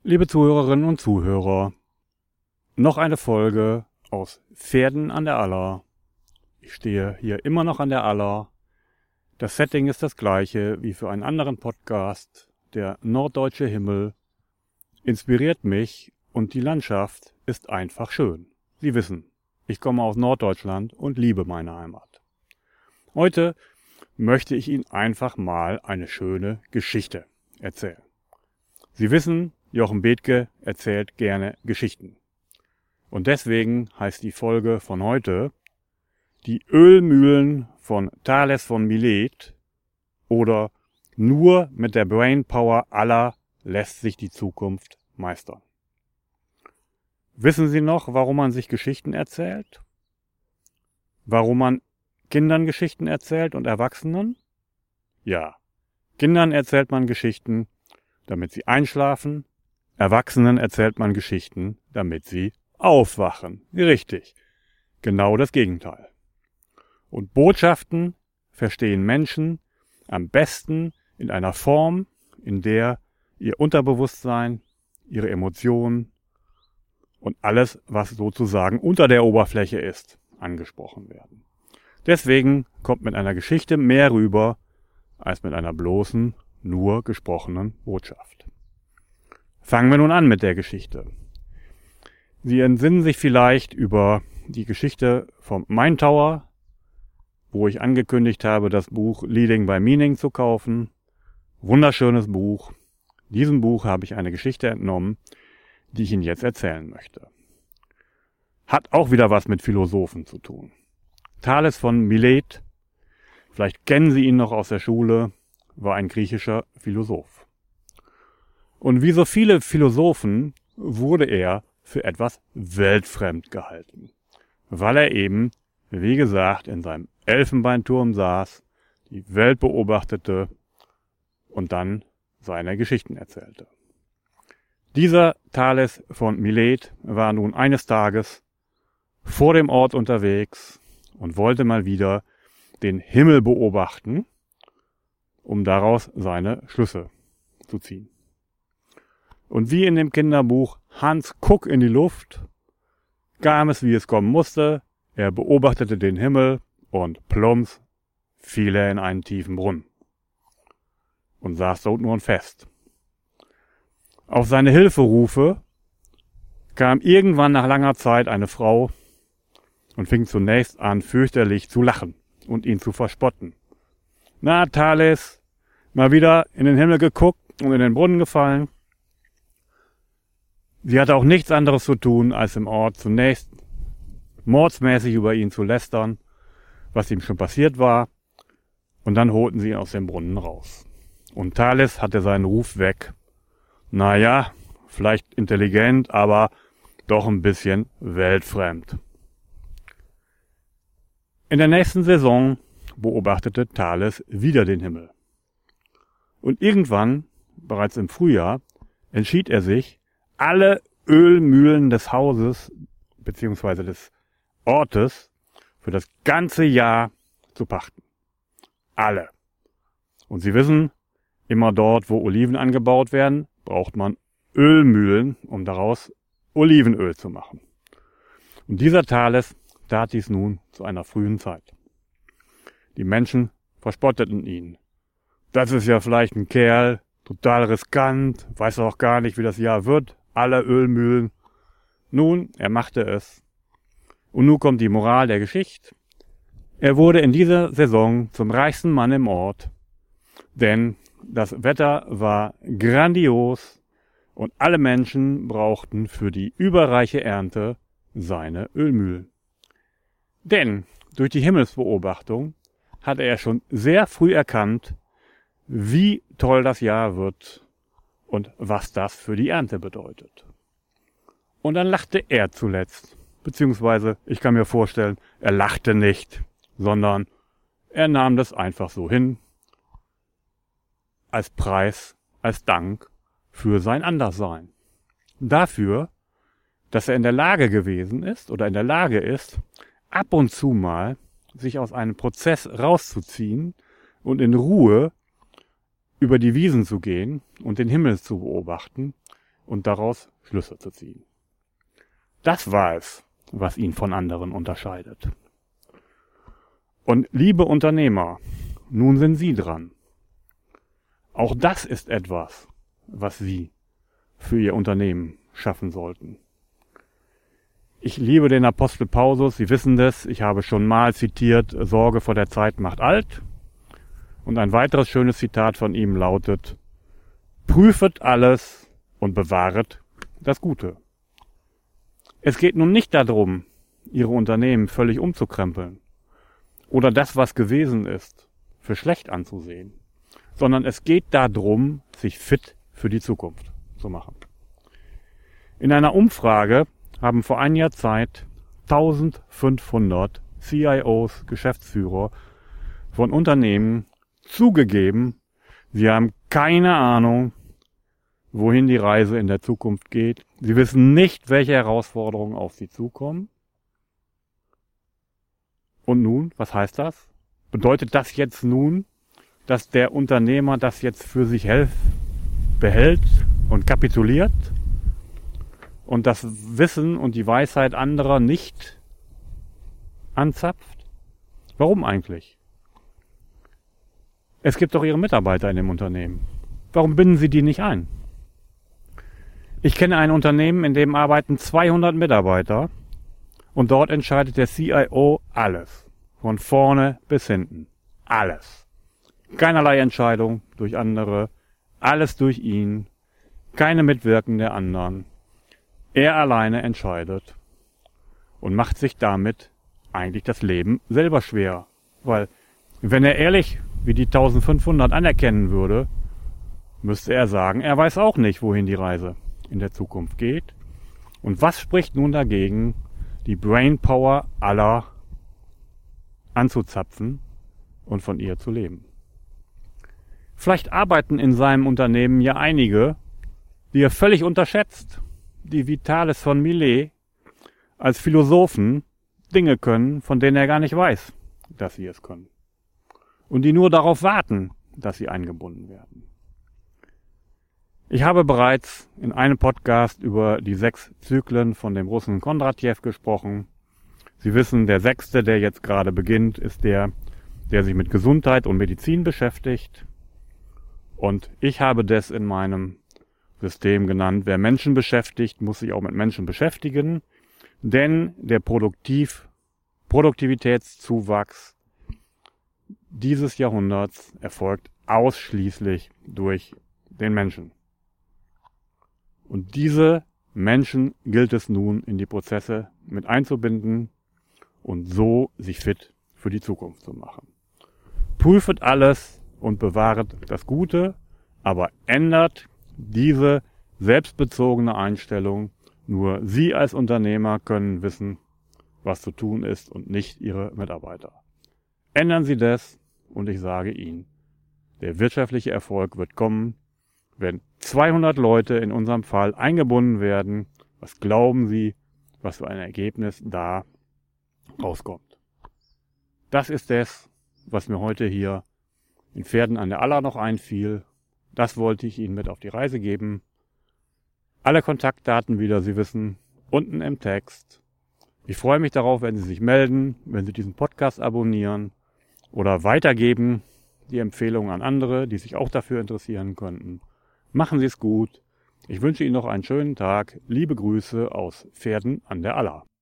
Liebe Zuhörerinnen und Zuhörer, noch eine Folge aus Pferden an der Aller. Ich stehe hier immer noch an der Aller. Das Setting ist das gleiche wie für einen anderen Podcast. Der norddeutsche Himmel inspiriert mich und die Landschaft ist einfach schön. Sie wissen, ich komme aus Norddeutschland und liebe meine Heimat. Heute möchte ich Ihnen einfach mal eine schöne Geschichte erzählen. Sie wissen, Jochen Bethke erzählt gerne Geschichten. Und deswegen heißt die Folge von heute Die Ölmühlen von Thales von Milet oder Nur mit der Brainpower aller lässt sich die Zukunft meistern. Wissen Sie noch, warum man sich Geschichten erzählt? Warum man Kindern Geschichten erzählt und Erwachsenen? Ja, Kindern erzählt man Geschichten, damit sie einschlafen. Erwachsenen erzählt man Geschichten, damit sie aufwachen. Richtig, genau das Gegenteil. Und Botschaften verstehen Menschen am besten in einer Form, in der ihr Unterbewusstsein, ihre Emotionen und alles, was sozusagen unter der Oberfläche ist, angesprochen werden. Deswegen kommt mit einer Geschichte mehr rüber, als mit einer bloßen, nur gesprochenen Botschaft. Fangen wir nun an mit der Geschichte. Sie entsinnen sich vielleicht über die Geschichte vom Main Tower, wo ich angekündigt habe, das Buch Leading by Meaning zu kaufen. Wunderschönes Buch. Diesem Buch habe ich eine Geschichte entnommen, die ich Ihnen jetzt erzählen möchte. Hat auch wieder was mit Philosophen zu tun. Thales von Milet, vielleicht kennen Sie ihn noch aus der Schule, war ein griechischer Philosoph. Und wie so viele Philosophen wurde er für etwas weltfremd gehalten, weil er eben, wie gesagt, in seinem Elfenbeinturm saß, die Welt beobachtete und dann seine Geschichten erzählte. Dieser Thales von Milet war nun eines Tages vor dem Ort unterwegs und wollte mal wieder den Himmel beobachten, um daraus seine Schlüsse zu ziehen. Und wie in dem Kinderbuch Hans guck in die Luft, kam es, wie es kommen musste. Er beobachtete den Himmel und plumps fiel er in einen tiefen Brunnen und saß dort nun fest. Auf seine Hilferufe kam irgendwann nach langer Zeit eine Frau und fing zunächst an, fürchterlich zu lachen und ihn zu verspotten. Na, Thales, mal wieder in den Himmel geguckt und in den Brunnen gefallen. Sie hatte auch nichts anderes zu tun, als im Ort zunächst mordsmäßig über ihn zu lästern, was ihm schon passiert war, und dann holten sie ihn aus dem Brunnen raus. Und Thales hatte seinen Ruf weg. Naja, vielleicht intelligent, aber doch ein bisschen weltfremd. In der nächsten Saison beobachtete Thales wieder den Himmel. Und irgendwann, bereits im Frühjahr, entschied er sich, alle Ölmühlen des Hauses bzw. des Ortes für das ganze Jahr zu pachten. Alle. Und Sie wissen, immer dort, wo Oliven angebaut werden, braucht man Ölmühlen, um daraus Olivenöl zu machen. Und dieser Thales tat dies nun zu einer frühen Zeit. Die Menschen verspotteten ihn. Das ist ja vielleicht ein Kerl, total riskant, weiß auch gar nicht, wie das Jahr wird. Alle Ölmühlen. Nun, er machte es. Und nun kommt die Moral der Geschichte. Er wurde in dieser Saison zum reichsten Mann im Ort, denn das Wetter war grandios und alle Menschen brauchten für die überreiche Ernte seine Ölmühlen. Denn durch die Himmelsbeobachtung hatte er schon sehr früh erkannt, wie toll das Jahr wird und was das für die Ernte bedeutet. Und dann lachte er zuletzt, beziehungsweise ich kann mir vorstellen, er lachte nicht, sondern er nahm das einfach so hin, als Preis, als Dank für sein Anderssein. Dafür, dass er in der Lage gewesen ist oder in der Lage ist, ab und zu mal sich aus einem Prozess rauszuziehen und in Ruhe über die Wiesen zu gehen und den Himmel zu beobachten, und daraus Schlüsse zu ziehen. Das war es, was ihn von anderen unterscheidet. Und liebe Unternehmer, nun sind Sie dran. Auch das ist etwas, was Sie für Ihr Unternehmen schaffen sollten. Ich liebe den Apostel Paulus, Sie wissen das, ich habe schon mal zitiert, Sorge vor der Zeit macht alt. Und ein weiteres schönes Zitat von ihm lautet, prüfet alles und bewahret das Gute. Es geht nun nicht darum, Ihre Unternehmen völlig umzukrempeln oder das, was gewesen ist, für schlecht anzusehen, sondern es geht darum, sich fit für die Zukunft zu machen. In einer Umfrage haben vor einiger Zeit 1500 CIOs, Geschäftsführer von Unternehmen zugegeben, sie haben keine Ahnung, wohin die Reise in der Zukunft geht. Sie wissen nicht, welche Herausforderungen auf sie zukommen. Und nun, was heißt das? Bedeutet das jetzt nun, dass der Unternehmer das jetzt für sich behält und kapituliert und das Wissen und die Weisheit anderer nicht anzapft? Warum eigentlich? Es gibt doch Ihre Mitarbeiter in dem Unternehmen. Warum binden Sie die nicht ein? Ich kenne ein Unternehmen, in dem arbeiten 200 Mitarbeiter und dort entscheidet der CIO alles. Von vorne bis hinten. Alles. Keinerlei Entscheidung durch andere. Alles durch ihn. Keine Mitwirkung der anderen. Er alleine entscheidet und macht sich damit eigentlich das Leben selber schwer. Weil, wenn er ehrlich wie die 1500 anerkennen würde, müsste er sagen, er weiß auch nicht, wohin die Reise in der Zukunft geht. Und was spricht nun dagegen, die Brainpower aller anzuzapfen und von ihr zu leben? Vielleicht arbeiten in seinem Unternehmen ja einige, die er völlig unterschätzt, die wie Thales von Milet als Philosophen Dinge können, von denen er gar nicht weiß, dass sie es können. Und die nur darauf warten, dass sie eingebunden werden. Ich habe bereits in einem Podcast über die 6 Zyklen von dem Russen Kondratjew gesprochen. Sie wissen, der 6., der jetzt gerade beginnt, ist der sich mit Gesundheit und Medizin beschäftigt. Und ich habe das in meinem System genannt, wer Menschen beschäftigt, muss sich auch mit Menschen beschäftigen, denn der Produktivitätszuwachs dieses Jahrhunderts erfolgt ausschließlich durch den Menschen. Und diese Menschen gilt es nun in die Prozesse mit einzubinden und so sich fit für die Zukunft zu machen. Prüfet alles und bewahret das Gute, aber ändert diese selbstbezogene Einstellung. Nur Sie als Unternehmer können wissen, was zu tun ist und nicht Ihre Mitarbeiter. Ändern Sie das und ich sage Ihnen, der wirtschaftliche Erfolg wird kommen, wenn 200 Leute in unserem Fall eingebunden werden. Was glauben Sie, was für ein Ergebnis da rauskommt? Das ist das, was mir heute hier in Pferden an der Aller noch einfiel. Das wollte ich Ihnen mit auf die Reise geben. Alle Kontaktdaten wieder, Sie wissen, unten im Text. Ich freue mich darauf, wenn Sie sich melden, wenn Sie diesen Podcast abonnieren oder weitergeben, die Empfehlungen an andere, die sich auch dafür interessieren könnten. Machen Sie es gut. Ich wünsche Ihnen noch einen schönen Tag. Liebe Grüße aus Pferden an der Aller.